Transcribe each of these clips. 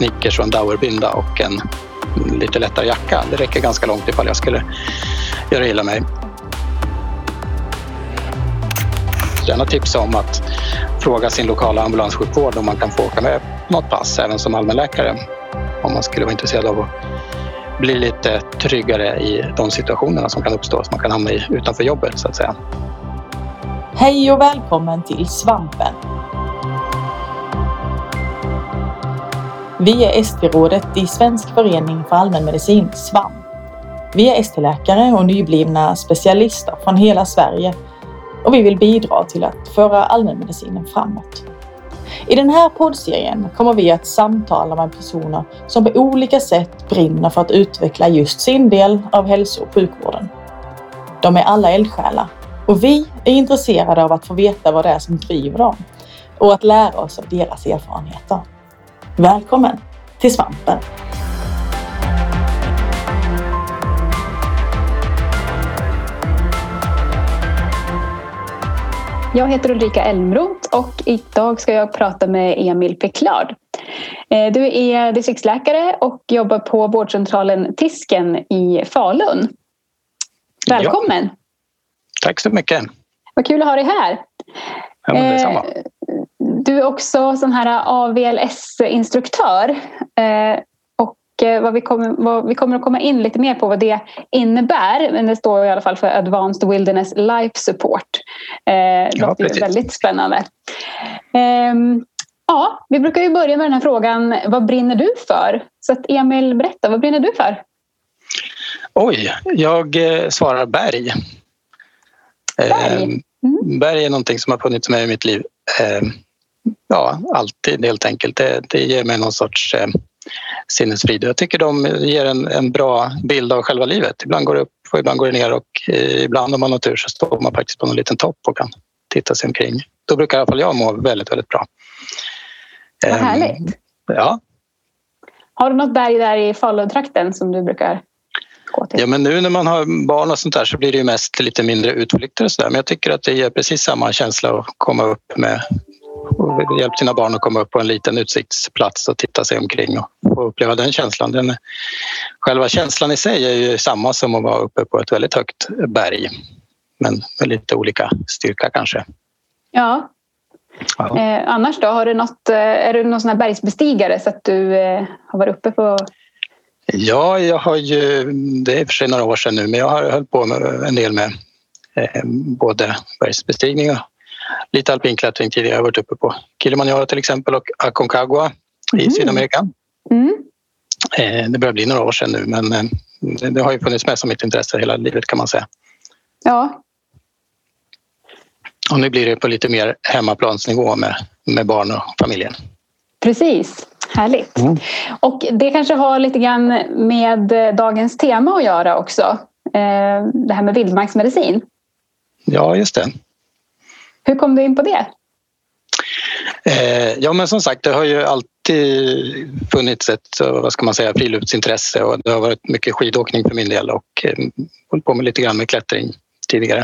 sneakers och en dauerbinda och en lite lättare jacka. Det räcker ganska långt ifall jag skulle göra illa mig. Gärna tipsa om att fråga sin lokala ambulanssjukvård om man kan få åka med något pass, även som allmänläkare. Om man skulle vara intresserad av att bli lite tryggare i de situationerna som kan uppstå, som man kan hamna i utanför jobbet så att säga. Hej och välkommen till Svampen. Vi är ST-rådet i Svensk förening för allmänmedicin, SVAM. Vi är ST-läkare och nyblivna specialister från hela Sverige och vi vill bidra till att föra allmänmedicinen framåt. I den här poddserien kommer vi att samtala med personer som på olika sätt brinner för att utveckla just sin del av hälso- och sjukvården. De är alla eldsjälar och vi är intresserade av att få veta vad det är som driver dem och att lära oss av deras erfarenheter. Välkommen till Svampen! Jag heter Ulrika Elmroth och idag ska jag prata med Emil Picklard. Du är distriktsläkare och jobbar på vårdcentralen Tisken i Falun. Välkommen! Ja. Tack så mycket! Vad kul att ha dig här! Ja, men detsamma. Du är också sån här AVLS-instruktör och vi kommer att komma in lite mer på vad det innebär, men det står i alla fall för Advanced Wilderness Life Support. Det låter väldigt spännande. Ja, vi brukar ju börja med den här frågan, vad brinner du för? Så att Emil, berätta, vad brinner du för? Oj, jag svarar berg. Berg är någonting som har funnits med i mitt liv. Ja, alltid helt enkelt. Det ger mig någon sorts sinnesfrid. Jag tycker de ger en bra bild av själva livet. Ibland går det upp och ibland går det ner och ibland om man har tur så står man faktiskt på en liten topp och kan titta sig omkring. Då brukar i alla fall jag må väldigt, väldigt bra. Vad härligt. Ja. Har du något berg där i Falun-trakten som du brukar gå till? Ja, men nu när man har barn och sånt där så blir det ju mest lite mindre utflykter och sådär. Men jag tycker att det ger precis samma känsla att komma upp med och hjälpa sina barn att komma upp på en liten utsiktsplats och titta sig omkring och uppleva den känslan. Själva känslan i sig är ju samma som att vara uppe på ett väldigt högt berg. Men med lite olika styrka kanske. Ja. Annars då, är du någon sån här bergsbestigare så att du har varit uppe på? Ja, jag har ju, det är för sig några år sedan nu, men jag har hållit på med en del med både bergsbestigning och lite alpinklättring tidigare. Jag har varit uppe på Kilimanjaro till exempel och Aconcagua i Sydamerika. Det börjar bli några år sedan nu, men det har ju funnits med som mitt intresse hela livet kan man säga. Ja. Och nu blir det på lite mer hemmaplansnivå med barn och familjen. Precis, härligt. Och det kanske har lite grann med dagens tema att göra också. Det här med vildmarksmedicin. Ja, just det. Hur kom du in på det? Ja, men som sagt, det har ju alltid funnits ett, vad ska man säga, friluftsintresse och det har varit mycket skidåkning för min del och hållit på med lite grann med klättring tidigare.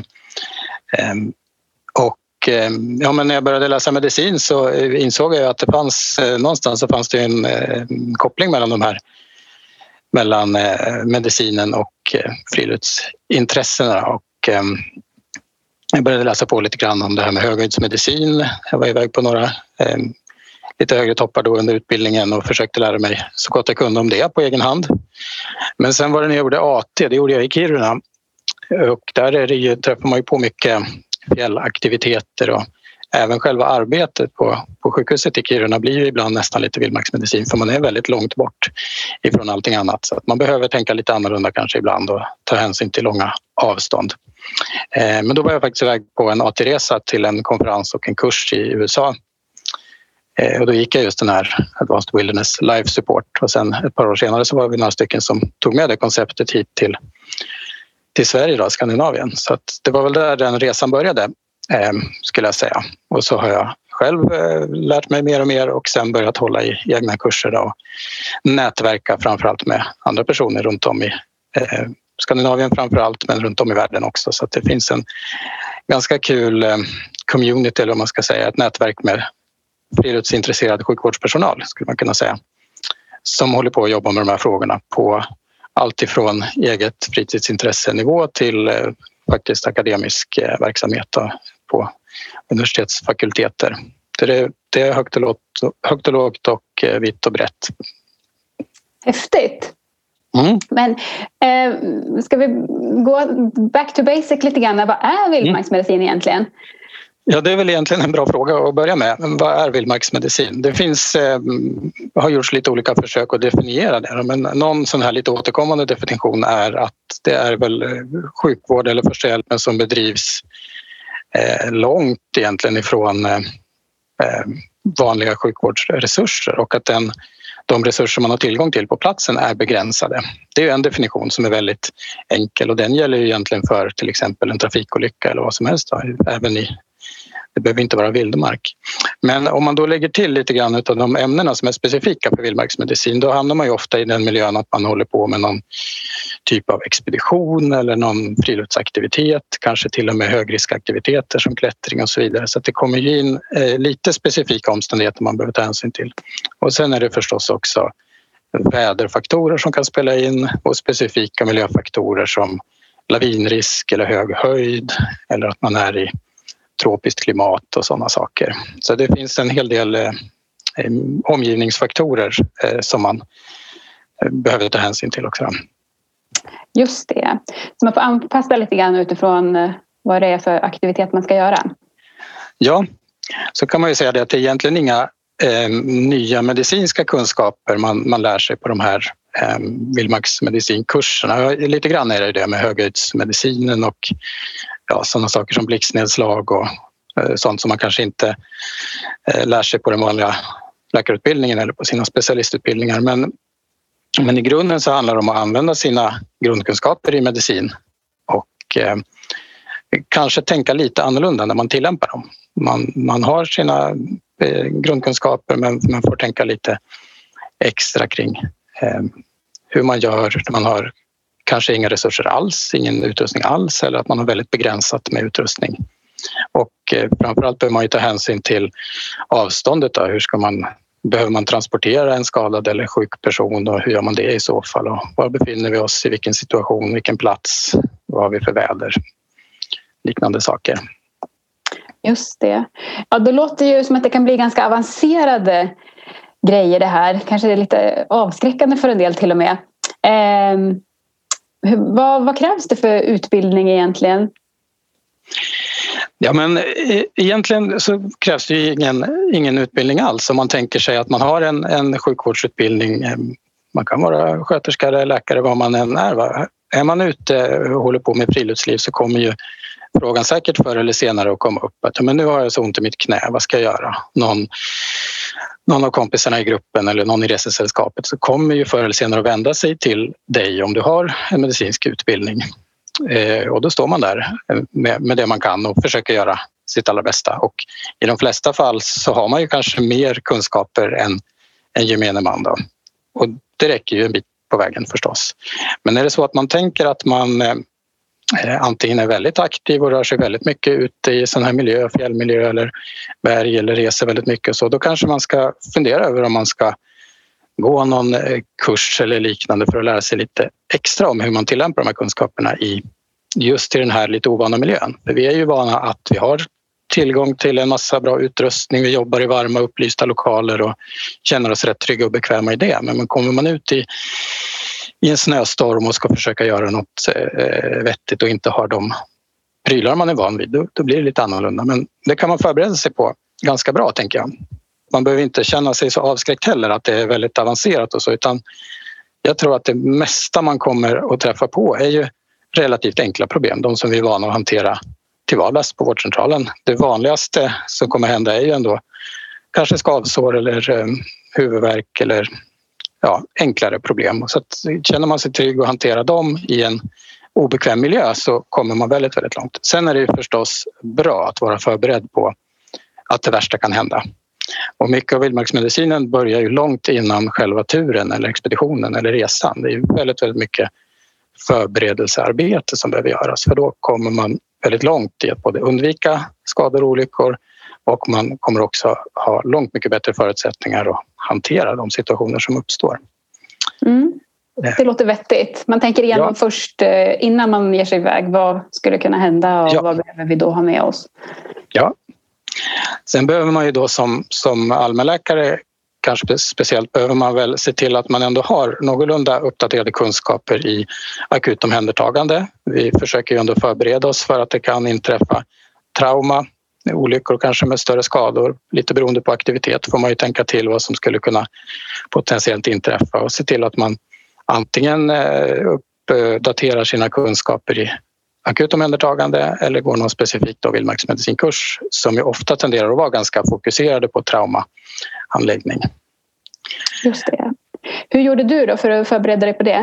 Ja, men när jag började läsa medicin så insåg jag att det fanns någonstans så fanns det en koppling mellan de här mellan medicinen och friluftsintressena och jag började läsa på lite grann om det här med höghöjdsmedicin. Jag var iväg på några lite högre toppar då under utbildningen och försökte lära mig så gott jag kunde om det på egen hand. Men sen var det när jag gjorde AT, det gjorde jag i Kiruna och där träffar man ju på mycket fjällaktiviteter och även själva arbetet på sjukhuset i Kiruna blir ju ibland nästan lite vildmarksmedicin för man är väldigt långt bort ifrån allting annat så att man behöver tänka lite annorlunda kanske ibland och ta hänsyn till långa avstånd. Men då var jag faktiskt iväg på en AT-resa till en konferens och en kurs i USA och då gick jag just den här Advanced Wilderness Life Support och sen ett par år senare så var vi några stycken som tog med det konceptet hit till Sverige då, Skandinavien. Så att det var väl där den resan började skulle jag säga. Och så har jag själv lärt mig mer och mer och sen börjat hålla i egna kurser och nätverka framförallt med andra personer runt om i Skandinavien framförallt men runt om i världen också. Så att det finns en ganska kul community eller vad man ska säga, ett nätverk med friluftsintresserad sjukvårdspersonal skulle man kunna säga. som håller på att jobba med de här frågorna på allt ifrån eget fritidsintressenivå till faktiskt akademisk verksamhet på universitetsfakulteter. Det är högt och lågt och vitt och brett. Häftigt! Mm. Men ska vi gå back to basic lite grann? Vad är vildmarksmedicin egentligen? Ja, det är väl egentligen en bra fråga att börja med. Vad är vildmarksmedicin? Det har gjorts lite olika försök att definiera det. Men någon sån här lite återkommande definition är att det är väl sjukvård eller första hjälpen som bedrivs långt egentligen ifrån vanliga sjukvårdsresurser och att de resurser man har tillgång till på platsen är begränsade. Det är en definition som är väldigt enkel och den gäller ju egentligen för till exempel en trafikolycka eller vad som helst. Det behöver inte vara vildmark. Men om man då lägger till lite grann av de ämnena som är specifika för vildmarksmedicin, då hamnar man ju ofta i den miljön att man håller på med någon typ av expedition eller någon friluftsaktivitet, kanske till och med högriskaktiviteter som klättring och så vidare. Så att det kommer ju in lite specifika omständigheter man behöver ta hänsyn till. Och sen är det förstås också väderfaktorer som kan spela in och specifika miljöfaktorer som lavinrisk eller hög höjd eller att man är i tropiskt klimat och sådana saker. Så det finns en hel del omgivningsfaktorer som man behöver ta hänsyn till också. Just det. Så man får anpassa lite grann utifrån vad det är för aktivitet man ska göra. Ja, så kan man ju säga det att det är egentligen inga nya medicinska kunskaper man lär sig på de här vildmarksmedicinkurserna. Lite grann är det med höghöjdsmedicinen och sådana saker som blixtnedslag och sånt som man kanske inte lär sig på den vanliga läkarutbildningen eller på sina specialistutbildningar. Men i grunden så handlar det om att använda sina grundkunskaper i medicin och kanske tänka lite annorlunda när man tillämpar dem. Man har sina grundkunskaper men man får tänka lite extra kring hur man gör. Man har kanske inga resurser alls, ingen utrustning alls eller att man har väldigt begränsat med utrustning. Och framförallt behöver man ju ta hänsyn till avståndet. Då. Behöver man transportera en skadad eller sjuk person och hur gör man det i så fall? Och var befinner vi oss i vilken situation, vilken plats, vad har vi för väder? Liknande saker. Just det. Ja, då låter det ju som att det kan bli ganska avancerade grejer det här. Kanske det är lite avskräckande för en del till och med. Vad krävs det för utbildning egentligen? Ja, men egentligen så krävs det ju ingen utbildning alls. Om man tänker sig att man har en sjukvårdsutbildning, man kan vara sköterska eller läkare, vad man än är. Va? Är man ute och håller på med friluftsliv så kommer ju frågan säkert förr eller senare att komma upp att men nu har jag så ont i mitt knä, vad ska jag göra? Någon av kompisarna i gruppen eller någon i resesällskapet så kommer ju förr eller senare att vända sig till dig om du har en medicinsk utbildning. Och då står man där med det man kan och försöker göra sitt allra bästa. Och i de flesta fall så har man ju kanske mer kunskaper än gemene man då. Och det räcker ju en bit på vägen förstås. Men är det så att man tänker att man antingen är väldigt aktiv och rör sig väldigt mycket ute i sån här miljö, fjällmiljö eller berg eller reser väldigt mycket så då kanske man ska fundera över om man ska gå någon kurs eller liknande för att lära sig lite extra om hur man tillämpar de här kunskaperna i den här lite ovana miljön. För vi är ju vana att vi har tillgång till en massa bra utrustning, vi jobbar i varma upplysta lokaler och känner oss rätt trygga och bekväma i det. Men kommer man ut i en snöstorm och ska försöka göra något vettigt och inte har de prylar man är van vid, då blir det lite annorlunda. Men det kan man förbereda sig på ganska bra, tänker jag. Man behöver inte känna sig så avskräckt heller att det är väldigt avancerat och så, utan jag tror att det mesta man kommer att träffa på är ju relativt enkla problem, de som vi är vana att hantera till vardags på vårdcentralen. Det vanligaste som kommer hända är ju ändå kanske skavsår eller huvudvärk eller enklare problem. Så att känner man sig trygg och hanterar dem i en obekväm miljö så kommer man väldigt, väldigt långt. Sen är det ju förstås bra att vara förberedd på att det värsta kan hända. Och mycket av vildmarksmedicinen börjar ju långt innan själva turen eller expeditionen eller resan. Det är ju väldigt, väldigt mycket förberedelsearbete som behöver göras. För då kommer man väldigt långt i att både undvika skador och olyckor och man kommer också ha långt mycket bättre förutsättningar att hantera de situationer som uppstår. Det låter vettigt. Man tänker igenom först innan man ger sig iväg. Vad skulle kunna hända och vad behöver vi då ha med oss? Ja. Sen behöver man ju då som allmänläkare, kanske speciellt, behöver man väl se till att man ändå har någorlunda uppdaterade kunskaper i akut omhändertagande. Vi försöker ju ändå förbereda oss för att det kan inträffa trauma, olyckor kanske med större skador. Lite beroende på aktivitet får man ju tänka till vad som skulle kunna potentiellt inträffa och se till att man antingen uppdaterar sina kunskaper i akut omhändertagande eller går någon specifik vildmarksmedicinkurs som ju ofta tenderar att vara ganska fokuserade på traumahandläggning. Just det. Hur gjorde du då för att förbereda dig på det?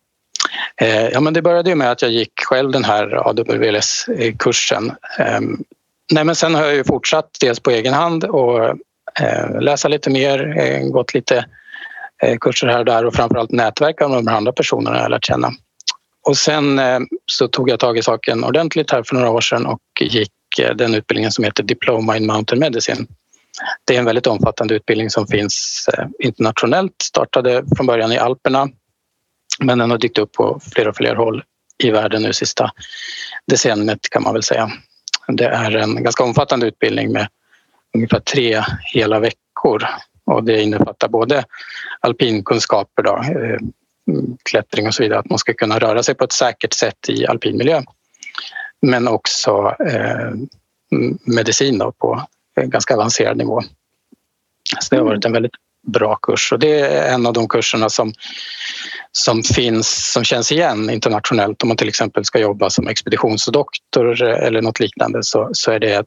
Ja, men det började ju med att jag gick själv den här AWLS-kursen. Nej, men sen har jag ju fortsatt dels på egen hand och läsa lite mer, gått lite kurser här och där och framförallt nätverka med de andra personerna jag lärt känna. Och sen så tog jag tag i saken ordentligt här för några år sedan och gick den utbildningen som heter Diploma in Mountain Medicine. Det är en väldigt omfattande utbildning som finns internationellt, startade från början i Alperna men den har dykt upp på fler och fler håll i världen nu sista decenniet kan man väl säga. Det är en ganska omfattande utbildning med ungefär 3 hela veckor och det innefattar både alpinkunskaper då, klättring och så vidare, att man ska kunna röra sig på ett säkert sätt i alpinmiljö. Men också medicin då på ganska avancerad nivå. Så det har varit en väldigt bra kurs och det är en av de kurserna som finns, som känns igen internationellt. Om man till exempel ska jobba som expeditionsdoktor eller något liknande så är det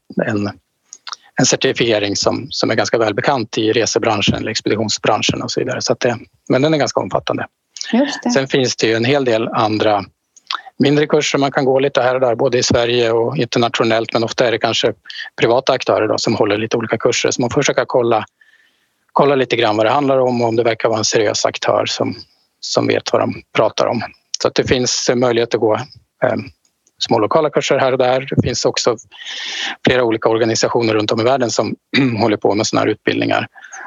en certifiering som är ganska välbekant i resebranschen eller expeditionsbranschen och så vidare. Så att men den är ganska omfattande. Just det. Sen finns det ju en hel del andra mindre kurser man kan gå lite här och där, både i Sverige och internationellt, men ofta är det kanske privata aktörer då, som håller lite olika kurser. Så man får försöka kolla lite grann vad det handlar om och om det verkar vara en seriös aktör som vet vad de pratar om. Så att det finns möjlighet att gå små lokala kurser här och där. Det finns också flera olika organisationer runt om i världen som håller på med såna här utbildningar.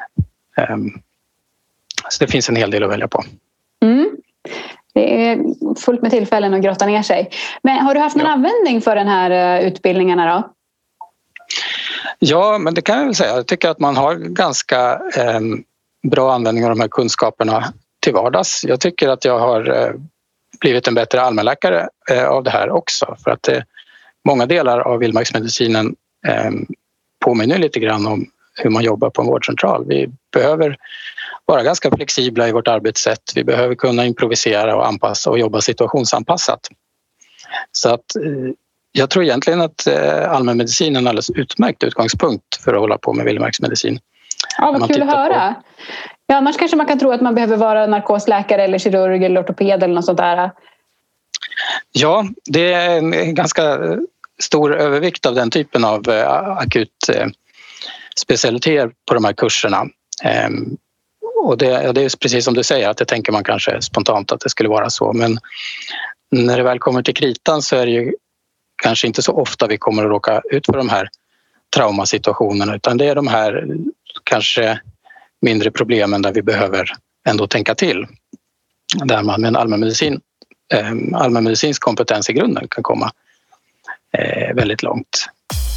Så det finns en hel del att välja på. Det är fullt med tillfällen att grotta ner sig. Men har du haft någon användning för den här utbildningarna då? Ja, men det kan jag väl säga. Jag tycker att man har ganska bra användning av de här kunskaperna till vardags. Jag tycker att jag har blivit en bättre allmänläkare av det här också. För att många delar av vildmarksmedicinen påminner lite grann om hur man jobbar på en vårdcentral. Vi behöver vara ganska flexibla i vårt arbetssätt. Vi behöver kunna improvisera och anpassa och jobba situationsanpassat. Så att jag tror egentligen att allmänmedicin är en alldeles utmärkt utgångspunkt för att hålla på med vildmarksmedicin. Ja, vad kul att höra. Ja, annars kanske man kan tro att man behöver vara narkosläkare eller kirurg eller ortoped eller något sånt där. Ja, det är en ganska stor övervikt av den typen av akut specialiteter på de här kurserna. Och det är precis som du säger, att det tänker man kanske spontant att det skulle vara så. Men när det väl kommer till kritan så är det ju kanske inte så ofta vi kommer att råka ut för de här traumasituationerna, utan det är de här kanske mindre problemen där vi behöver ändå tänka till. Där man med en allmänmedicinsk kompetens i grunden kan komma väldigt långt.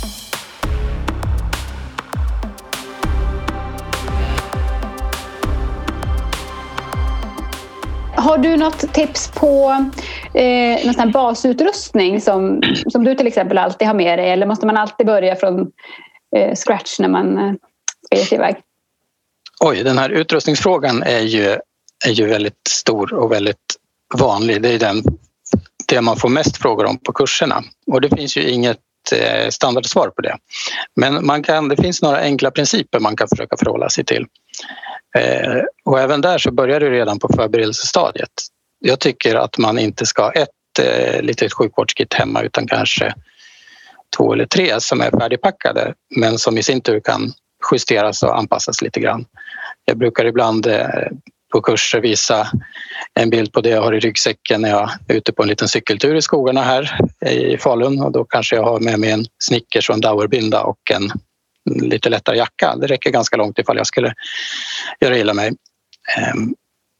Har du något tips på någon sån här basutrustning som du till exempel alltid har med dig? Eller måste man alltid börja från scratch när man ska ge sig iväg? Oj, den här utrustningsfrågan är ju väldigt stor och väldigt vanlig. Det är det man får mest frågor om på kurserna. Och det finns ju inget standardsvar på det. Men det finns några enkla principer man kan försöka förhålla sig till. Och även där så börjar det redan på förberedelsestadiet. Jag tycker att man inte ska ha ett litet sjukvårdskit hemma utan kanske 2 eller 3 som är färdigpackade men som i sin tur kan justeras och anpassas lite grann. Jag brukar ibland på kurser visa en bild på det jag har i ryggsäcken när jag är ute på en liten cykeltur i skogarna här i Falun, och då kanske jag har med mig en Snickers och en Dauerbinda och en lite lättare jacka. Det räcker ganska långt ifall jag skulle göra illa mig.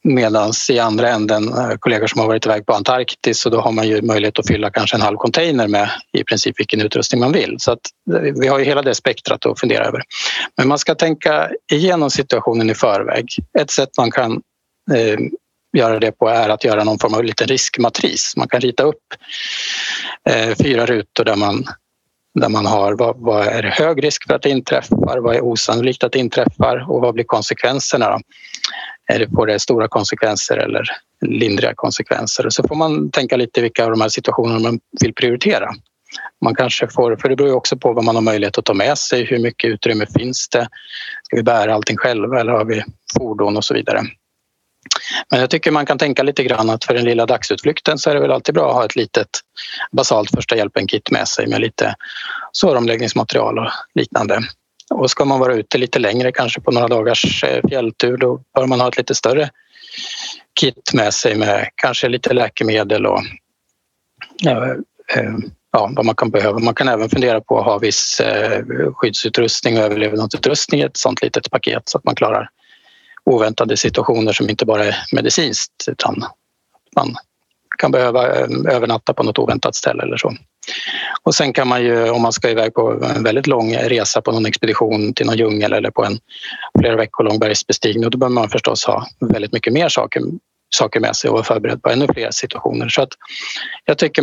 Medan i andra änden kollegor som har varit iväg på Antarktis, och då har man ju möjlighet att fylla kanske en halv container med i princip vilken utrustning man vill. Så att vi har ju hela det spektrat att fundera över. Men man ska tänka igenom situationen i förväg. Ett sätt man kan göra det på är att göra någon form av liten riskmatris. Man kan rita upp 4 rutor där man har vad är hög risk för att det inträffar, vad är osannolikt att det inträffar och vad blir konsekvenserna då? Får det stora konsekvenser eller lindriga konsekvenser? Och så får man tänka lite vilka av de här situationerna man vill prioritera. Man kanske får, för det beror ju också på vad man har möjlighet att ta med sig, hur mycket utrymme finns det? Ska vi bära allting själva eller har vi fordon och så vidare? Men jag tycker man kan tänka lite grann att för den lilla dagsutflykten så är det väl alltid bra att ha ett litet basalt första hjälpen-kit med sig med lite såromläggningsmaterial och liknande. Och ska man vara ute lite längre, kanske på några dagars fjälltur, då bör man ha ett lite större kit med sig med kanske lite läkemedel och vad man kan behöva. Man kan även fundera på att ha viss skyddsutrustning och överlevnadsutrustning i ett sånt litet paket så att man klarar oväntade situationer som inte bara är medicinskt utan man kan behöva övernatta på något oväntat ställe eller så. Och sen kan man ju, om man ska iväg på en väldigt lång resa på någon expedition till någon djungel eller på en flera veckor lång bergsbestigning, då behöver man förstås ha väldigt mycket mer saker med sig och vara förberedd på ännu fler situationer. Så att jag tycker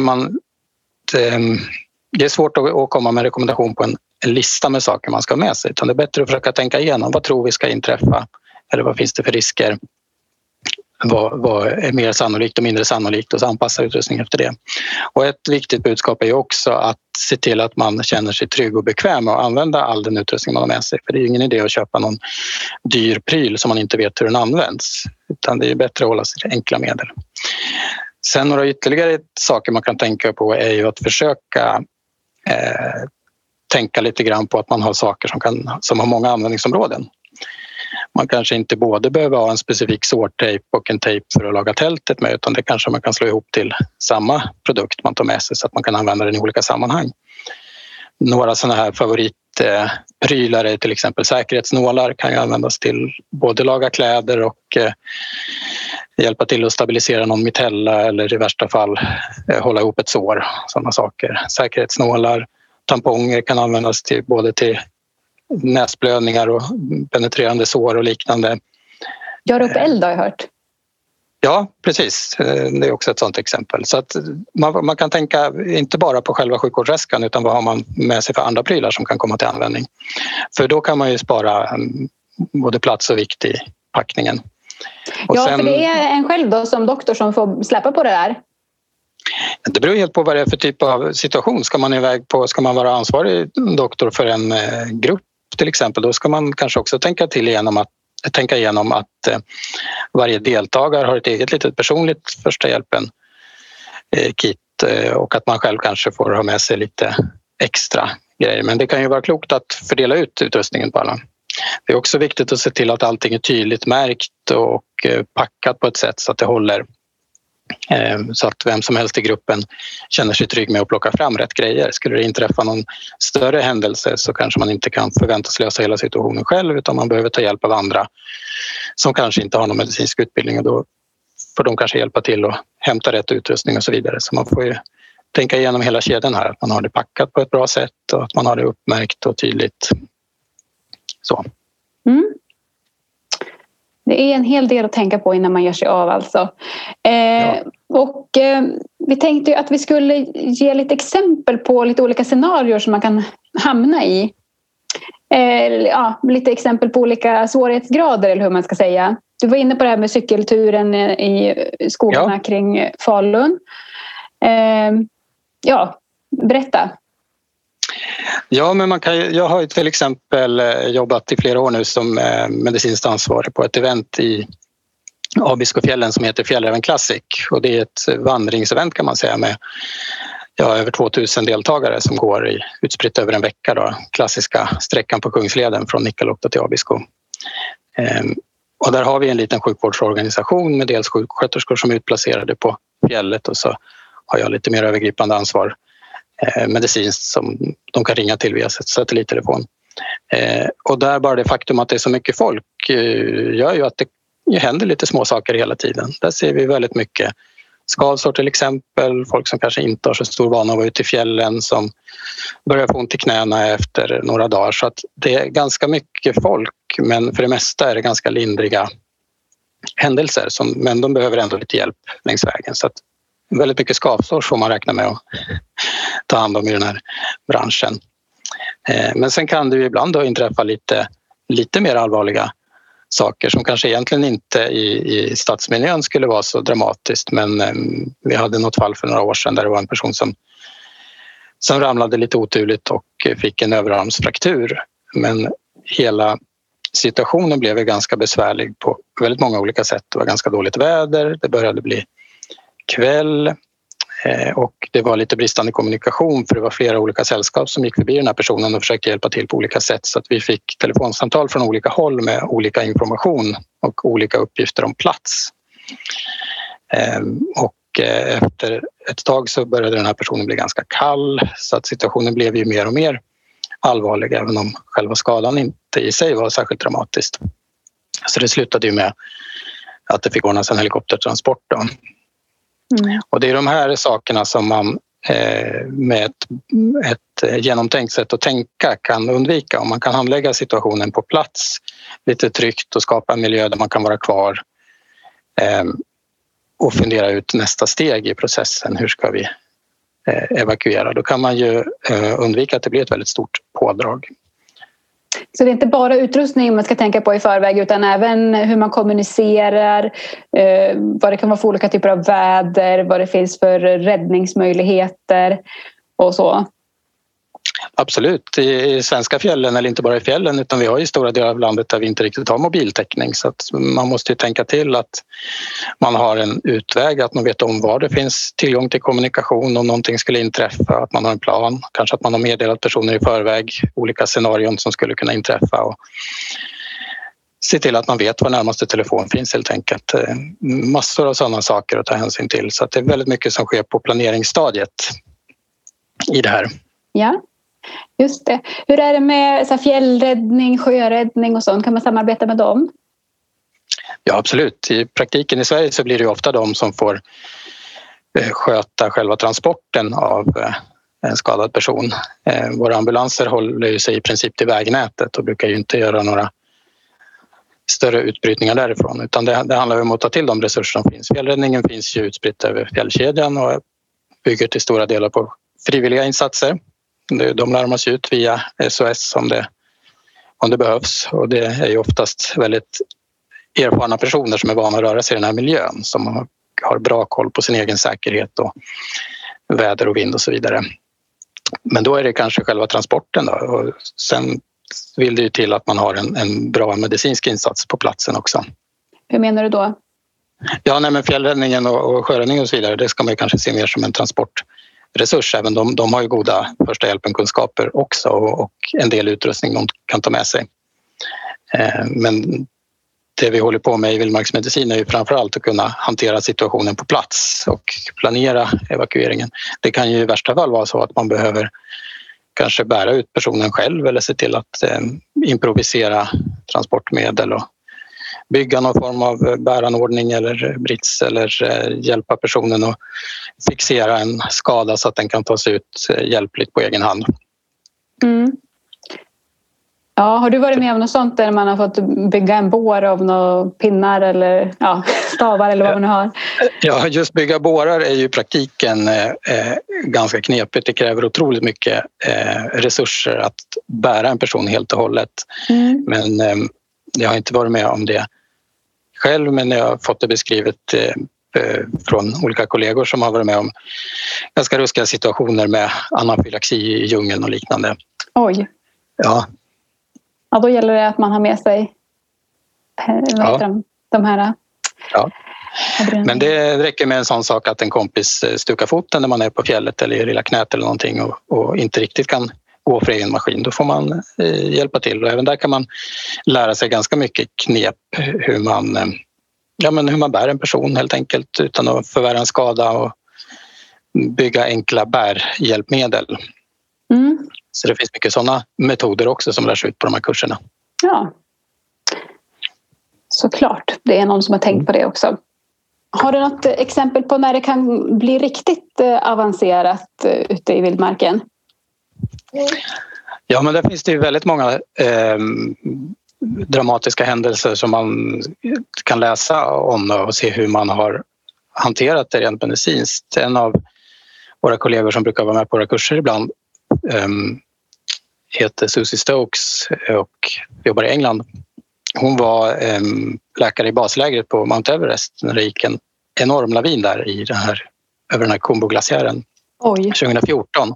det är svårt att komma med en rekommendation på en lista med saker man ska ha med sig, utan det är bättre att försöka tänka igenom vad tror vi ska inträffa eller vad finns det för risker. Vad är mer sannolikt och mindre sannolikt och så anpassa utrustningen efter det. Och ett viktigt budskap är ju också att se till att man känner sig trygg och bekväm med att använda all den utrustning man har med sig. För det är ju ingen idé att köpa någon dyr pryl som man inte vet hur den används. Utan det är bättre att hålla sig till enkla medel. Sen några ytterligare saker man kan tänka på är ju att försöka tänka lite grann på att man har saker som har många användningsområden. Man kanske inte både behöver ha en specifik sårtejp och en tejp för att laga tältet med, utan det kanske man kan slå ihop till samma produkt man tar med sig så att man kan använda den i olika sammanhang. Några sådana här favoritprylar är till exempel säkerhetsnålar, kan ju användas till både laga kläder och hjälpa till att stabilisera någon mitella eller i värsta fall hålla ihop ett sår, sådana saker. Säkerhetsnålar, tamponger kan användas både till näsblödningar och penetrerande sår och liknande. Gör upp eld har jag hört. Ja, precis. Det är också ett sådant exempel. Så att man kan tänka inte bara på själva sjukvårdsväskan utan vad har man med sig för andra prylar som kan komma till användning. För då kan man ju spara både plats och vikt i packningen. Och för det är en själv då som doktor som får släppa på det där. Det beror helt på vad det är för typ av situation. Ska man vara ansvarig doktor för en grupp till exempel, då ska man kanske också tänka igenom att varje deltagare har ett eget litet personligt första hjälpen kit och att man själv kanske får ha med sig lite extra grejer. Men det kan ju vara klokt att fördela ut utrustningen på alla. Det är också viktigt att se till att allting är tydligt märkt och packat på ett sätt så att det håller. Så att vem som helst i gruppen känner sig trygg med att plocka fram rätt grejer. Skulle det inträffa någon större händelse så kanske man inte kan förväntas lösa hela situationen själv, utan man behöver ta hjälp av andra som kanske inte har någon medicinsk utbildning, och då får de kanske hjälpa till att hämta rätt utrustning och så vidare. Så man får ju tänka igenom hela kedjan här, att man har det packat på ett bra sätt och att man har det uppmärkt och tydligt. Så. Mm. Det är en hel del att tänka på innan man ger sig av alltså. Och vi tänkte ju att vi skulle ge lite exempel på lite olika scenarier som man kan hamna i. Lite exempel på olika svårighetsgrader eller hur man ska säga. Du var inne på det här med cykelturen i skogarna kring Falun. Berätta. Ja, men jag har ju till exempel jobbat i flera år nu som medicinskt ansvarig på ett event i Abiskofjällen som heter Fjällräven Classic, och det är ett vandringsevent kan man säga med över 2000 deltagare som går utspritt över en vecka då, klassiska sträckan på Kungsleden från Nikkaluokta till Abisko. Och där har vi en liten sjukvårdsorganisation med dels sjuksköterskor som är utplacerade på fjället, och så har jag lite mer övergripande ansvar medicinskt som de kan ringa till via satellittelefon. Och där bara det faktum att det är så mycket folk gör ju att det händer lite små saker hela tiden. Där ser vi väldigt mycket skavsår till exempel, folk som kanske inte har så stor vana att vara ute i fjällen som börjar få ont i knäna efter några dagar. Så att det är ganska mycket folk, men för det mesta är det ganska lindriga händelser, men de behöver ändå lite hjälp längs vägen. Så att väldigt mycket skavsår får man räkna med att ta hand om i den här branschen. Men sen kan det ju ibland då inträffa lite mer allvarliga saker som kanske egentligen inte i stadsmiljön skulle vara så dramatiskt, men vi hade något fall för några år sedan där det var en person som ramlade lite oturligt och fick en överarmsfraktur. Men hela situationen blev ganska besvärlig på väldigt många olika sätt. Det var ganska dåligt väder, det började bli kväll och det var lite bristande kommunikation för det var flera olika sällskap som gick förbi den här personen och försökte hjälpa till på olika sätt, så att vi fick telefonsamtal från olika håll med olika information och olika uppgifter om plats. Och efter ett tag så började den här personen bli ganska kall, så att situationen blev ju mer och mer allvarlig, även om själva skadan inte i sig var särskilt dramatiskt. Så det slutade ju med att det fick ordnas en helikoptertransport då. Och det är de här sakerna som man med ett genomtänkt sätt att tänka kan undvika. Om man kan handlägga situationen på plats lite tryggt och skapa en miljö där man kan vara kvar och fundera ut nästa steg i processen. Hur ska vi evakuera? Då kan man ju undvika att det blir ett väldigt stort pådrag. Så det är inte bara utrustning man ska tänka på i förväg utan även hur man kommunicerar, vad det kan vara för olika typer av väder, vad det finns för räddningsmöjligheter och så. Absolut, i svenska fjällen, eller inte bara i fjällen, utan vi har ju stora delar av landet där vi inte riktigt har mobiltäckning, så att man måste ju tänka till att man har en utväg, att man vet om var det finns tillgång till kommunikation om någonting skulle inträffa, att man har en plan, kanske att man har meddelat personer i förväg olika scenarion som skulle kunna inträffa och se till att man vet var närmaste telefon finns helt enkelt. Massor av sådana saker att ta hänsyn till, så att det är väldigt mycket som sker på planeringsstadiet i det här. Ja. Just det. Hur är det med så här, fjällräddning, sjöräddning och sånt? Kan man samarbeta med dem? Ja, absolut. I praktiken i Sverige så blir det ju ofta de som får sköta själva transporten av en skadad person. Våra ambulanser håller ju sig i princip till vägnätet och brukar ju inte göra några större utbrytningar därifrån, utan det handlar om att ta till de resurser som finns. Fjällräddningen finns ju utspritt över fjällkedjan och bygger till stora delar på frivilliga insatser. De larmas ut via SOS om det behövs, och det är ju oftast väldigt erfarna personer som är vana att röra sig i den här miljön, som har bra koll på sin egen säkerhet och väder och vind och så vidare. Men då är det kanske själva transporten då, och sen vill det ju till att man har en bra medicinsk insats på platsen också. Hur menar du då? Ja, men fjällräddningen och sjöräddningen och så vidare, det ska man ju kanske se mer som en transportresurs. Även de har ju goda första hjälpen-kunskaper också och en del utrustning de kan ta med sig. Men det vi håller på med i vildmarksmedicin är ju framförallt att kunna hantera situationen på plats och planera evakueringen. Det kan ju i värsta fall vara så att man behöver kanske bära ut personen själv eller se till att improvisera transportmedel och bygga någon form av bäranordning eller brits eller hjälpa personen att fixera en skada så att den kan tas ut hjälpligt på egen hand. Mm. Ja, har du varit med om något sånt där man har fått bygga en bår av några pinnar eller stavar eller vad man nu har? Ja, just bygga bårar är ju i praktiken ganska knepigt. Det kräver otroligt mycket resurser att bära en person helt och hållet. Mm. Men jag har inte varit med om det själv, men jag har fått det beskrivet från olika kollegor som har varit med om ganska ruskiga situationer med anafylaxi i djungeln och liknande. Oj. Ja. Ja, då gäller det att man har med sig de här. Ja. Men det räcker med en sån sak att en kompis stukar foten när man är på fjället eller i lilla knät eller någonting och inte riktigt kan gå för egen maskin. Då får man hjälpa till, och även där kan man lära sig ganska mycket knep hur man bär en person helt enkelt utan att förvärra en skada och bygga enkla bärhjälpmedel. Mm. Så det finns mycket sådana metoder också som lärs ut på de här kurserna. Ja. Såklart, det är någon som har tänkt på det också. Har du något exempel på när det kan bli riktigt avancerat ute i vildmarken? Ja, men där finns det ju väldigt många dramatiska händelser som man kan läsa om och se hur man har hanterat det rent medicinskt. En av våra kollegor som brukar vara med på våra kurser ibland heter Susie Stokes och jobbar i England. Hon var läkare i baslägret på Mount Everest när det gick en enorm lavin där över den här Khumbu-glaciären 2014.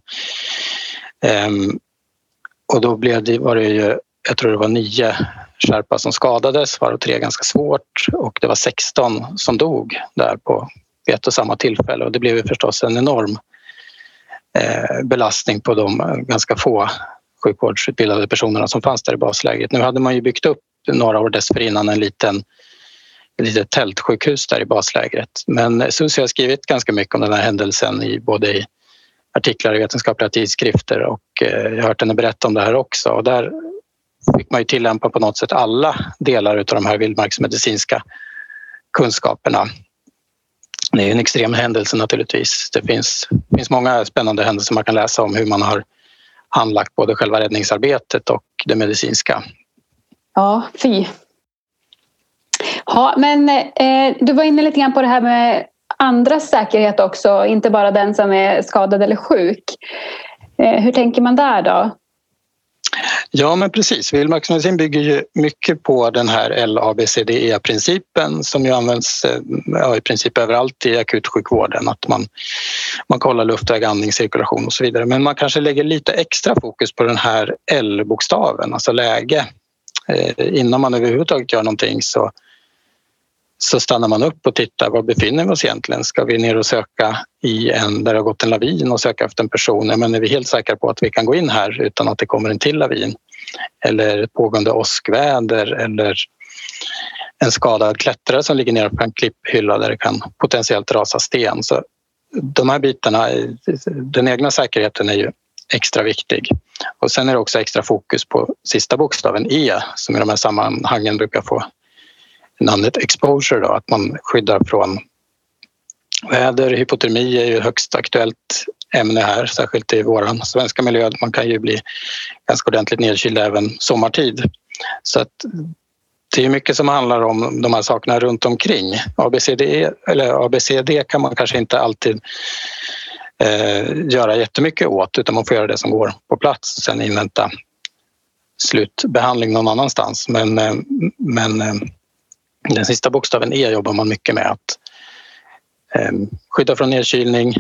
Och då var det ju, jag tror det var 9 sherpar som skadades, varav 3 ganska svårt, och det var 16 som dog där vid ett och samma tillfälle, och det blev ju förstås en enorm belastning på de ganska få sjukvårdsutbildade personerna som fanns där i baslägret. Nu hade man ju byggt upp några år dessförinnan ett litet tältsjukhus där i baslägret, men Susie har skrivit ganska mycket om den här händelsen både i artiklar i vetenskapliga tidskrifter, och jag har hört henne berätta om det här också, och där fick man ju tillämpa på något sätt alla delar av de här vildmarksmedicinska kunskaperna. Det är en extrem händelse naturligtvis. Det finns många spännande händelser man kan läsa om, hur man har handlagt både själva räddningsarbetet och det medicinska. Ja, fy. Ja, men du var inne lite grann på det här med andras säkerhet också, inte bara den som är skadad eller sjuk. Hur tänker man där då? Ja, men precis. Vildmarksmedicin bygger ju mycket på den här LABCDE-principen som ju används i princip överallt i akutsjukvården. Att man kollar luftväg, andning, cirkulation och så vidare. Men man kanske lägger lite extra fokus på den här L-bokstaven, alltså läge. Innan man överhuvudtaget gör någonting så stannar man upp och tittar, var befinner vi oss egentligen? Ska vi ner och söka där det har gått en lavin och söka efter en person? Men är vi helt säkra på att vi kan gå in här utan att det kommer en till lavin? Eller ett pågående åskväder, eller en skadad klättrare som ligger ner på en klipphylla där det kan potentiellt rasa sten. Så de här bitarna, den egna säkerheten är ju extra viktig. Och sen är det också extra fokus på sista bokstaven E, som i de här sammanhangen brukar få namnet exposure då, att man skyddar från väder. Hypotermi är ju högst aktuellt ämne här, särskilt i våran svenska miljö. Man kan ju bli ganska ordentligt nedkyld även sommartid. Så att det är mycket som handlar om de här sakerna runt omkring. ABCD kan man kanske inte alltid göra jättemycket åt, utan man får göra det som går på plats och sen invänta slutbehandling någon annanstans. Men den sista bokstaven E jobbar man mycket med, att skydda från nedkylning,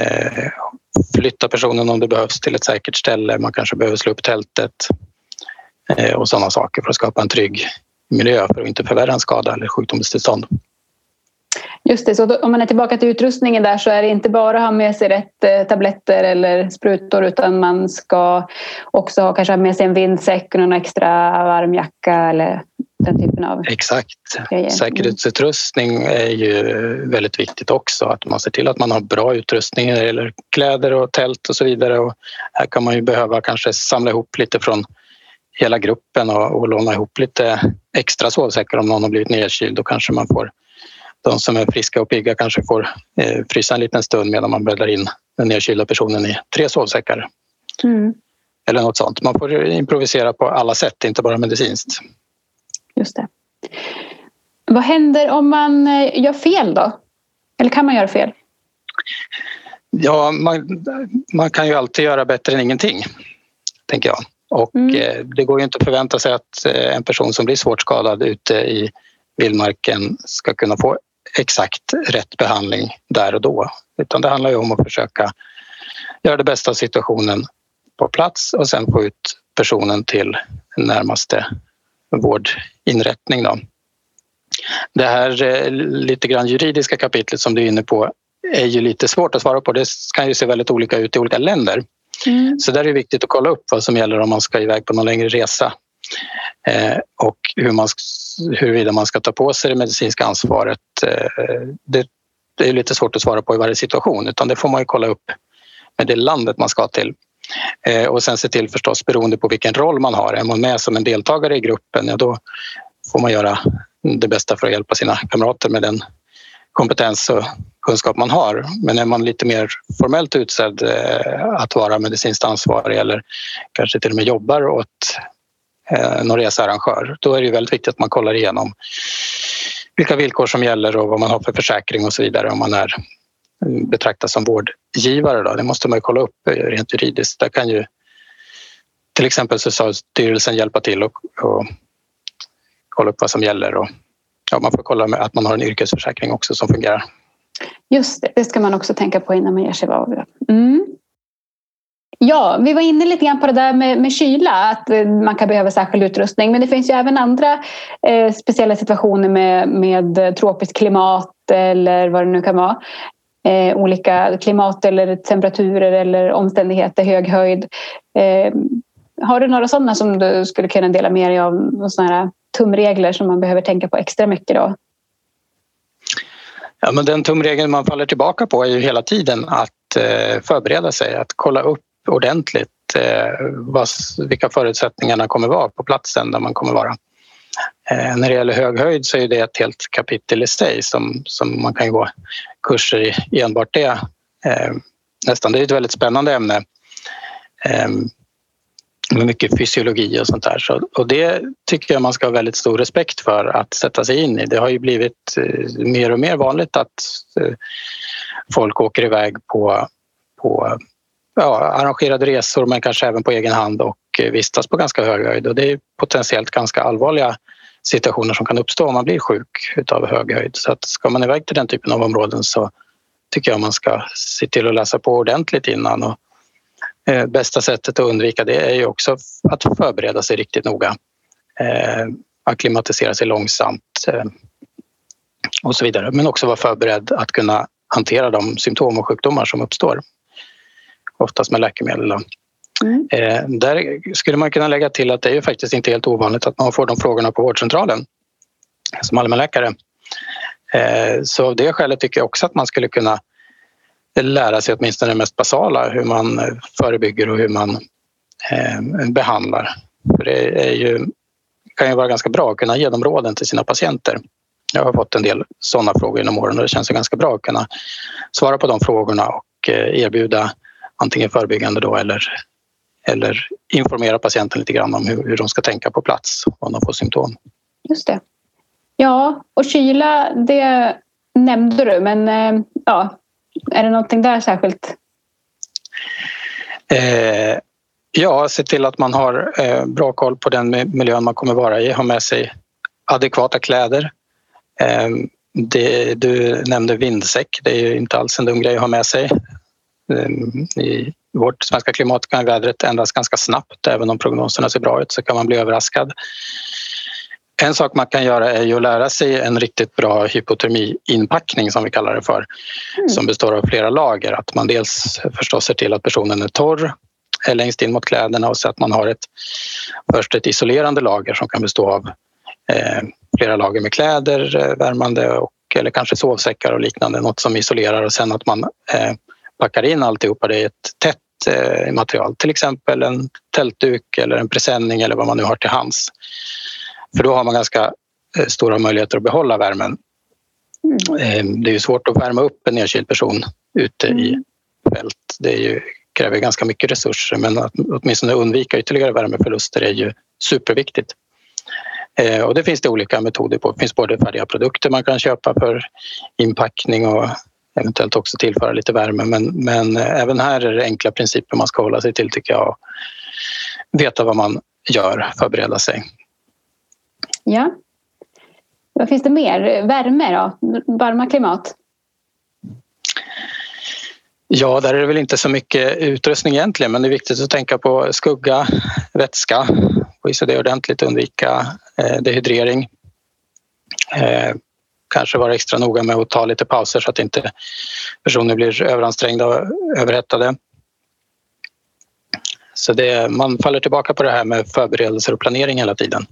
flytta personen om det behövs till ett säkert ställe. Man kanske behöver slå upp tältet och sådana saker för att skapa en trygg miljö för att inte förvärra en skada eller sjukdomstillstånd. Just det, så om man är tillbaka till utrustningen där, så är det inte bara att ha med sig rätt tabletter eller sprutor, utan man ska också kanske ha med sig en vindsäck och någon extra varmjacka eller den typen av... Exakt. Säkerhetsutrustning är ju väldigt viktigt också. Att man ser till att man har bra utrustning när det gäller kläder och tält och så vidare. Och här kan man ju behöva kanske samla ihop lite från hela gruppen och låna ihop lite extra sovsäckar om någon har blivit nedkyld. Då kanske man får, de som är friska och pigga kanske får frysa en liten stund medan man bäddar in den nedkylda personen i 3 sovsäckar. Mm. Eller något sånt. Man får improvisera på alla sätt, inte bara medicinskt. Just det. Vad händer om man gör fel då? Eller kan man göra fel? Ja, man kan ju alltid göra bättre än ingenting, tänker jag. Och det går ju inte att förvänta sig att en person som blir svårt skadad ute i vildmarken ska kunna få exakt rätt behandling där och då. Utan det handlar ju om att försöka göra det bästa av situationen på plats och sen få ut personen till närmaste vårdinrättning då. Det här lite grann juridiska kapitlet som du är inne på är ju lite svårt att svara på. Det kan ju se väldigt olika ut i olika länder. Så där är det viktigt att kolla upp vad som gäller om man ska iväg på någon längre resa och huruvida man ska ta på sig det medicinska ansvaret. Det är lite svårt att svara på i varje situation, utan det får man ju kolla upp med det landet man ska till. Och sen se till förstås, beroende på vilken roll man har. Är man med som en deltagare i gruppen, ja, då får man göra det bästa för att hjälpa sina kamrater med den kompetens och kunskap man har. Men är man lite mer formellt utsedd att vara medicinskt ansvarig eller kanske till och med jobbar åt någon researrangör, då är det väldigt viktigt att man kollar igenom vilka villkor som gäller och vad man har för försäkring och så vidare om man är betraktas som vårdgivare. Då. Det måste man ju kolla upp rent juridiskt. Där kan ju till exempel Socialstyrelsen hjälpa till och kolla upp vad som gäller. Och, man får kolla med att man har en yrkesförsäkring också som fungerar. Just det ska man också tänka på innan man ger sig av. Ja, vi var inne lite grann på det där med kyla, att man kan behöva särskild utrustning. Men det finns ju även andra speciella situationer med tropiskt klimat eller vad det nu kan vara. Olika klimat eller temperaturer eller omständigheter, hög höjd. Har du några sådana som du skulle kunna dela med dig av, sådana här tumregler som man behöver tänka på extra mycket då? Ja, men den tumregeln man faller tillbaka på är ju hela tiden att förbereda sig, att kolla upp ordentligt vilka förutsättningarna kommer vara på platsen där man kommer vara. När det gäller hög höjd så är det ett helt kapitel i sig som man kan ju gå kurser i enbart det. Nästan, det är ett väldigt spännande ämne med mycket fysiologi och sånt där. Och det tycker jag man ska ha väldigt stor respekt för att sätta sig in i. Det har ju blivit mer och mer vanligt att folk åker iväg på arrangerade resor men kanske även på egen hand och vistas på ganska hög höjd. Och det är potentiellt ganska allvarliga situationer som kan uppstå om man blir sjuk utav hög höjd. Så att ska man iväg till den typen av områden så tycker jag man ska se till att läsa på ordentligt innan. Och bästa sättet att undvika det är ju också att förbereda sig riktigt noga. Akklimatisera sig långsamt och så vidare. Men också vara förberedd att kunna hantera de symptom och sjukdomar som uppstår. Oftast med läkemedel. Där skulle man kunna lägga till att det är ju faktiskt inte helt ovanligt att man får de frågorna på vårdcentralen som allmänläkare. Så av det skälet tycker jag också att man skulle kunna lära sig åtminstone det mest basala, hur man förebygger och hur man behandlar. För det kan ju vara ganska bra att kunna ge de råden till sina patienter. Jag har fått en del sådana frågor genom åren och det känns ganska bra att kunna svara på de frågorna och erbjuda antingen förebyggande då eller informera patienten lite grann om hur de ska tänka på plats om de får symptom. Just det. Ja, och kyla, det nämnde du, men är det någonting där särskilt? Se till att man har bra koll på den miljön man kommer vara i. Ha med sig adekvata kläder. Du nämnde vindsäck. Det är ju inte alls en dum grej att ha med sig. I vårt svenska klimat kan vädret ändras ganska snabbt. Även om prognoserna ser bra ut så kan man bli överraskad. En sak man kan göra är ju att lära sig en riktigt bra hypotermiinpackning som vi kallar det för. Som består av flera lager. Att man dels förstås ser till att personen är torr längst in mot kläderna och så att man har först ett isolerande lager som kan bestå av flera lager med kläder, värmande eller kanske sovsäckar och liknande. Något som isolerar och sen att man packar in alltihopa det i ett tätt material. Till exempel en tältduk eller en presenning eller vad man nu har till hands. För då har man ganska stora möjligheter att behålla värmen. Det är ju svårt att värma upp en nedkyld person ute i fält. Det kräver ganska mycket resurser men att åtminstone undvika ytterligare värmeförluster är ju superviktigt. Och det finns det olika metoder på. Det finns både färdiga produkter man kan köpa för inpackning och eventuellt också tillföra lite värme. Men även här är det enkla principer man ska hålla sig till tycker jag. Veta vad man gör, förbereda sig. Ja. Vad finns det mer? Värme då? Varma klimat? Ja, där är det väl inte så mycket utrustning egentligen men det är viktigt att tänka på skugga, vätska och så det är ordentligt undvika dehydrering. Kanske vara extra noga med att ta lite pauser så att inte personer blir överansträngda och överhettade. Så man faller tillbaka på det här med förberedelser och planering hela tiden.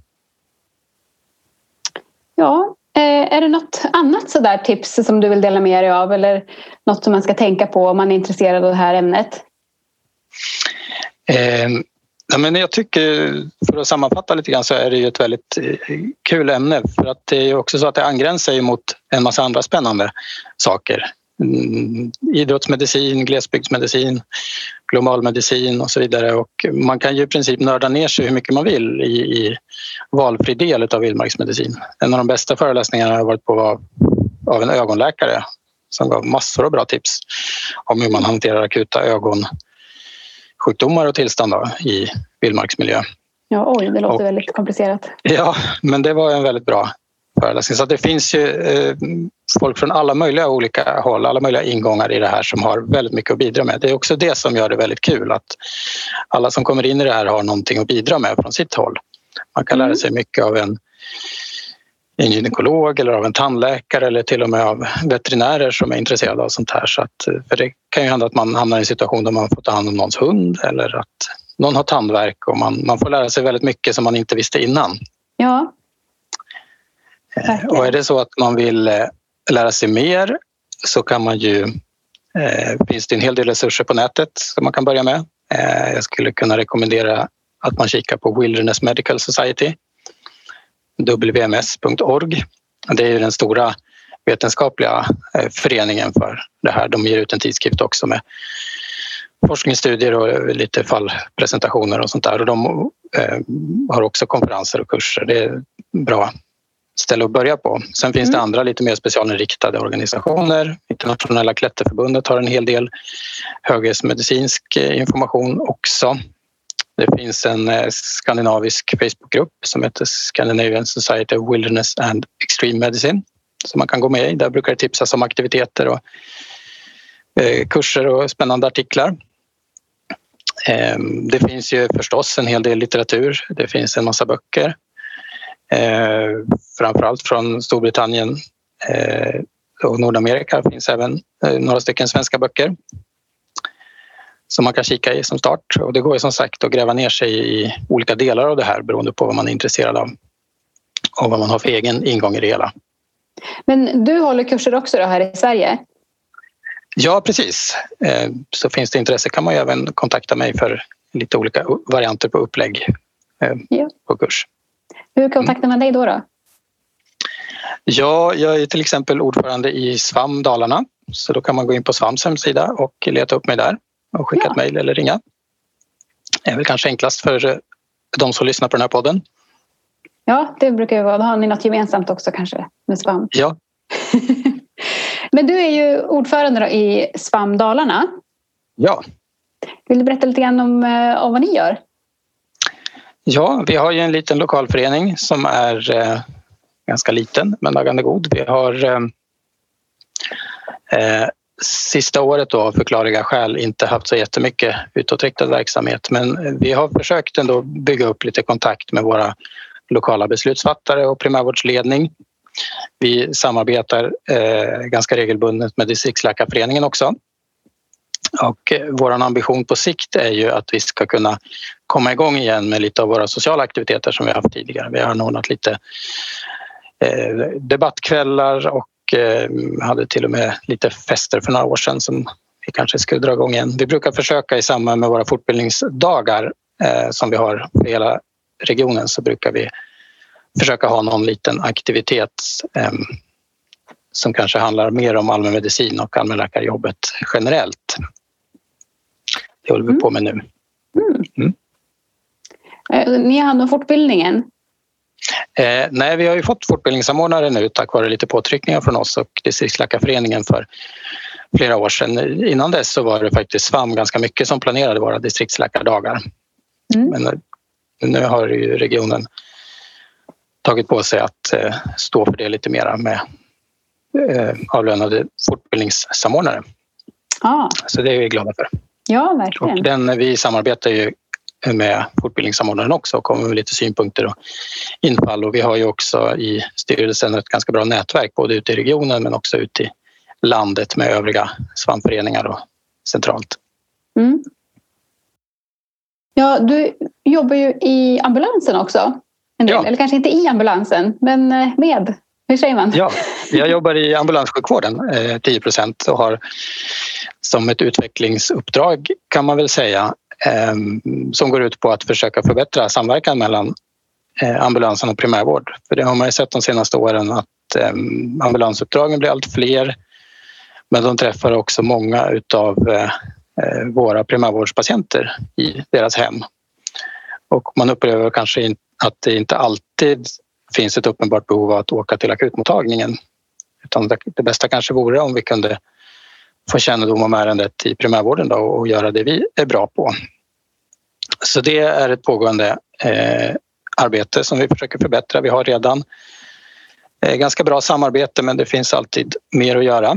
Ja, är det något annat sådär tips som du vill dela med dig av eller något som man ska tänka på om man är intresserad av det här ämnet? Ja, men jag tycker, för att sammanfatta lite grann, så är det ju ett väldigt kul ämne, för att det är ju också så att det angränsar ju mot en massa andra spännande saker. Idrottsmedicin, glesbygdsmedicin, global medicin och så vidare, och man kan ju i princip nörda ner sig hur mycket man vill i valfri del av vildmarksmedicin. En av de bästa föreläsningarna jag har varit på var av en ögonläkare som gav massor av bra tips om hur man hanterar akuta ögonsjukdomar och tillstånd i vildmarksmiljö. Ja, oj, det låter väldigt komplicerat. Ja, men det var en väldigt bra föreläsning. Så det finns ju folk från alla möjliga olika håll, alla möjliga ingångar i det här som har väldigt mycket att bidra med. Det är också det som gör det väldigt kul, att alla som kommer in i det här har någonting att bidra med från sitt håll. Man kan lära sig mycket av en gynekolog eller av en tandläkare eller till och med av veterinärer som är intresserade av sånt här. Så att, för det kan ju hända att man hamnar i en situation där man får ta hand om någons hund eller att någon har tandvärk, och man får lära sig väldigt mycket som man inte visste innan. Ja. Och är det så att man vill lära sig mer, så kan man ju, finns det en hel del resurser på nätet som man kan börja med. Jag skulle kunna rekommendera att man kikar på Wilderness Medical Society, wms.org. Det är ju den stora vetenskapliga föreningen för det här. De ger ut en tidskrift också med forskningsstudier och lite fallpresentationer och sånt där. Och de har också konferenser och kurser. Det är bra ställe att börja på. Sen finns det andra lite mer specialinriktade organisationer. Internationella klätterförbundet har en hel del höghöjdsmedicinsk information också. Det finns en skandinavisk Facebookgrupp som heter Scandinavian Society of Wilderness and Extreme Medicine som man kan gå med i. Där brukar det tipsas om aktiviteter och kurser och spännande artiklar. Det finns ju förstås en hel del litteratur. Det finns en massa böcker. Framförallt från Storbritannien och Nordamerika finns även några stycken svenska böcker som man kan kika i som start. Och det går ju som sagt att gräva ner sig i olika delar av det här beroende på vad man är intresserad av och vad man har för egen ingång i det hela. Men du håller kurser också då här i Sverige? Ja, precis. Så finns det intresse kan man ju även kontakta mig för lite olika varianter på upplägg på kurs. Hur kontaktar man dig då? Ja, jag är till exempel ordförande i SVAM Dalarna. Så då kan man gå in på SVAMs hemsida och leta upp mig där och skicka ett mejl eller ringa. Det är väl kanske enklast för de som lyssnar på den här podden. Ja, det brukar ju vara. Då har ni något gemensamt också kanske med SVAM. Ja. Men du är ju ordförande då i SVAM Dalarna. Ja. Vill du berätta lite grann om vad ni gör? Ja, vi har ju en liten lokalförening som är ganska liten men lagande god. Vi har sista året då av förklarliga skäl inte haft så jättemycket utåtriktad verksamhet, men vi har försökt ändå bygga upp lite kontakt med våra lokala beslutsfattare och primärvårdsledning. Vi samarbetar ganska regelbundet med distriktsläkarföreningen också. Och vår ambition på sikt är ju att vi ska kunna komma igång igen med lite av våra sociala aktiviteter som vi har haft tidigare. Vi har anordnat lite debattkvällar och hade till och med lite fester för några år sedan som vi kanske skulle dra igång igen. Vi brukar försöka i samband med våra fortbildningsdagar som vi har för hela regionen, så brukar vi försöka ha någon liten aktivitet som kanske handlar mer om allmänmedicin och allmänläkarjobbet generellt. Det håller vi på med nu. Ni har hand om fortbildningen? Nej, vi har ju fått fortbildningssamordnare nu tack vare lite påtryckningar från oss och distriktsläkarföreningen för flera år sedan. Innan dess så var det faktiskt SVAM ganska mycket som planerade våra distriktsläkardagar. Men nu har ju regionen tagit på sig att stå för det lite mera med avlönade fortbildningssamordnare. Så det är vi glada för. Ja, verkligen. Och vi samarbetar ju med fortbildningssamordnaren också och kommer med lite synpunkter och infall. Och vi har ju också i styrelsen ett ganska bra nätverk både ute i regionen men också ute i landet med övriga SVAM-föreningar och centralt. Ja, du jobbar ju i ambulansen också. Eller kanske inte i ambulansen, men med. Hur säger man? Ja, jag jobbar i ambulanssjukvården 10% och har som ett utvecklingsuppdrag kan man väl säga som går ut på att försöka förbättra samverkan mellan ambulansen och primärvård. För det har man ju sett de senaste åren att ambulansuppdragen blir allt fler, men de träffar också många utav våra primärvårdspatienter i deras hem. Och man upplever kanske att det inte alltid finns ett uppenbart behov av att åka till akutmottagningen. Utan det bästa kanske vore om vi kunde få kännedom om ärendet i primärvården då och göra det vi är bra på. Så det är ett pågående arbete som vi försöker förbättra. Vi har redan ganska bra samarbete, men det finns alltid mer att göra.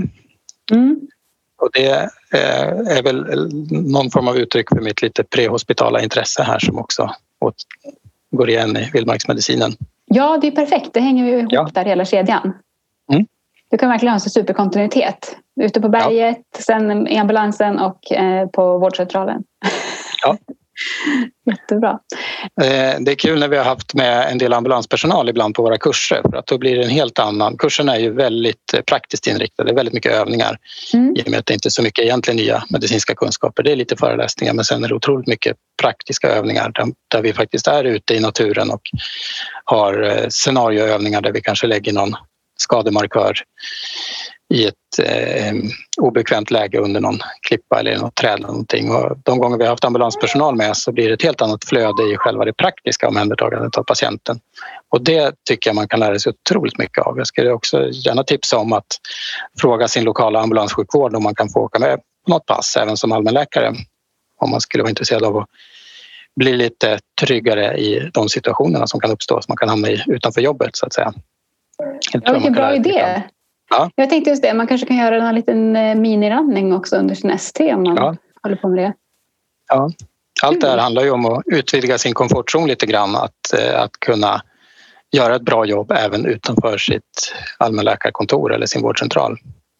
Och det är väl någon form av uttryck för mitt lite prehospitala intresse här som också går igen i vildmarksmedicinen. Ja, det är perfekt. Det hänger ju ihop där hela kedjan. Du kan verkligen ha en superkontinuitet. Ute på berget, sen i ambulansen och på vårdcentralen. Ja. Jättebra. Det är kul när vi har haft med en del ambulanspersonal ibland på våra kurser, för att då blir det en helt annan. Kurserna är ju väldigt praktiskt inriktade, det är väldigt mycket övningar i och med att det inte är så mycket egentligen nya medicinska kunskaper. Det är lite föreläsningar, men sen är det otroligt mycket praktiska övningar där vi faktiskt är ute i naturen och har scenarioövningar där vi kanske lägger någon skademarkör i ett obekvämt läge under någon klippa eller något träd eller någonting. Och de gånger vi har haft ambulanspersonal med så blir det ett helt annat flöde i själva det praktiska omhändertagandet av patienten. Och det tycker jag man kan lära sig otroligt mycket av. Jag skulle också gärna tipsa om att fråga sin lokala ambulanssjukvård om man kan få åka med på något pass, även som allmänläkare. Om man skulle vara intresserad av att bli lite tryggare i de situationerna som kan uppstå, som man kan hamna i utanför jobbet så att säga. Ja, vilken bra idé. Ja. Jag tänkte just det, man kanske kan göra en liten minirandning också under sin ST om man håller på med det. Ja, allt det här handlar ju om att utvidga sin komfortzon lite grann, att kunna göra ett bra jobb även utanför sitt allmänläkarkontor eller sin vårdcentral.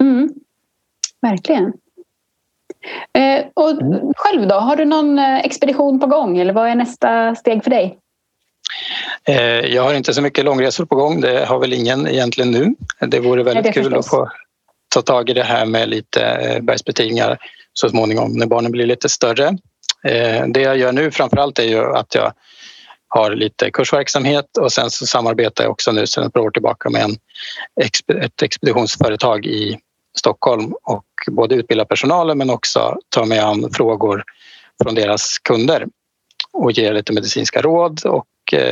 Verkligen. Och själv då, har du någon expedition på gång eller vad är nästa steg för dig? Jag har inte så mycket långresor på gång, det har väl ingen egentligen nu. Det vore väldigt kul att få ta tag i det här med lite bergsbestigningar så småningom när barnen blir lite större. Det jag gör nu framförallt är ju att jag har lite kursverksamhet och sen så samarbetar jag också nu sedan ett par år tillbaka med ett expeditionsföretag i Stockholm och både utbildar personalen men också tar med an frågor från deras kunder och ger lite medicinska råd och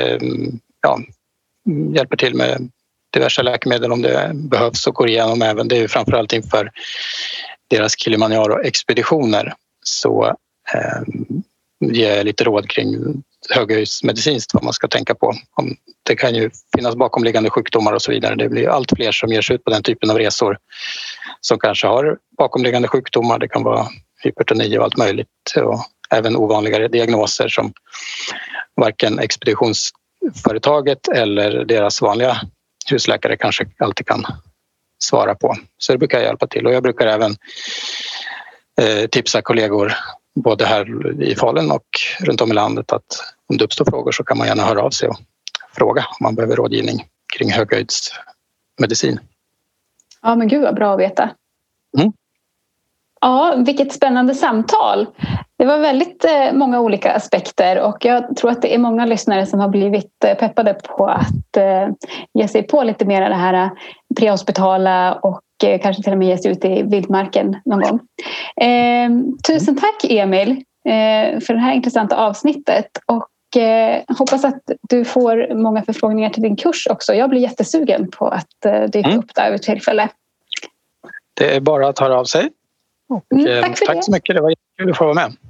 hjälper till med diverse läkemedel om det behövs och går igenom även. Det är ju framförallt inför deras Kilimanjaro-expeditioner så ger jag lite råd kring höghöjdsmedicinskt vad man ska tänka på. Det kan ju finnas bakomliggande sjukdomar och så vidare. Det blir allt fler som ger sig ut på den typen av resor som kanske har bakomliggande sjukdomar. Det kan vara hypertoni och allt möjligt och även ovanligare diagnoser som varken expeditionsföretaget eller deras vanliga husläkare kanske alltid kan svara på. Så det brukar jag hjälpa till och jag brukar även tipsa kollegor både här i Falun och runt om i landet att om det uppstår frågor så kan man gärna höra av sig och fråga om man behöver rådgivning kring höghöjdsmedicin. Ja men gud vad bra att veta. Ja, vilket spännande samtal. Det var väldigt många olika aspekter och jag tror att det är många lyssnare som har blivit peppade på att ge sig på lite mer av det här prehospitala och kanske till och med ge sig ut i vildmarken någon gång. Tusen tack Emil för det här intressanta avsnittet och hoppas att du får många förfrågningar till din kurs också. Jag blir jättesugen på att dyka upp där vid tillfälle. Det är bara att höra av sig. Och, tack så mycket, det var jättekul att få vara med.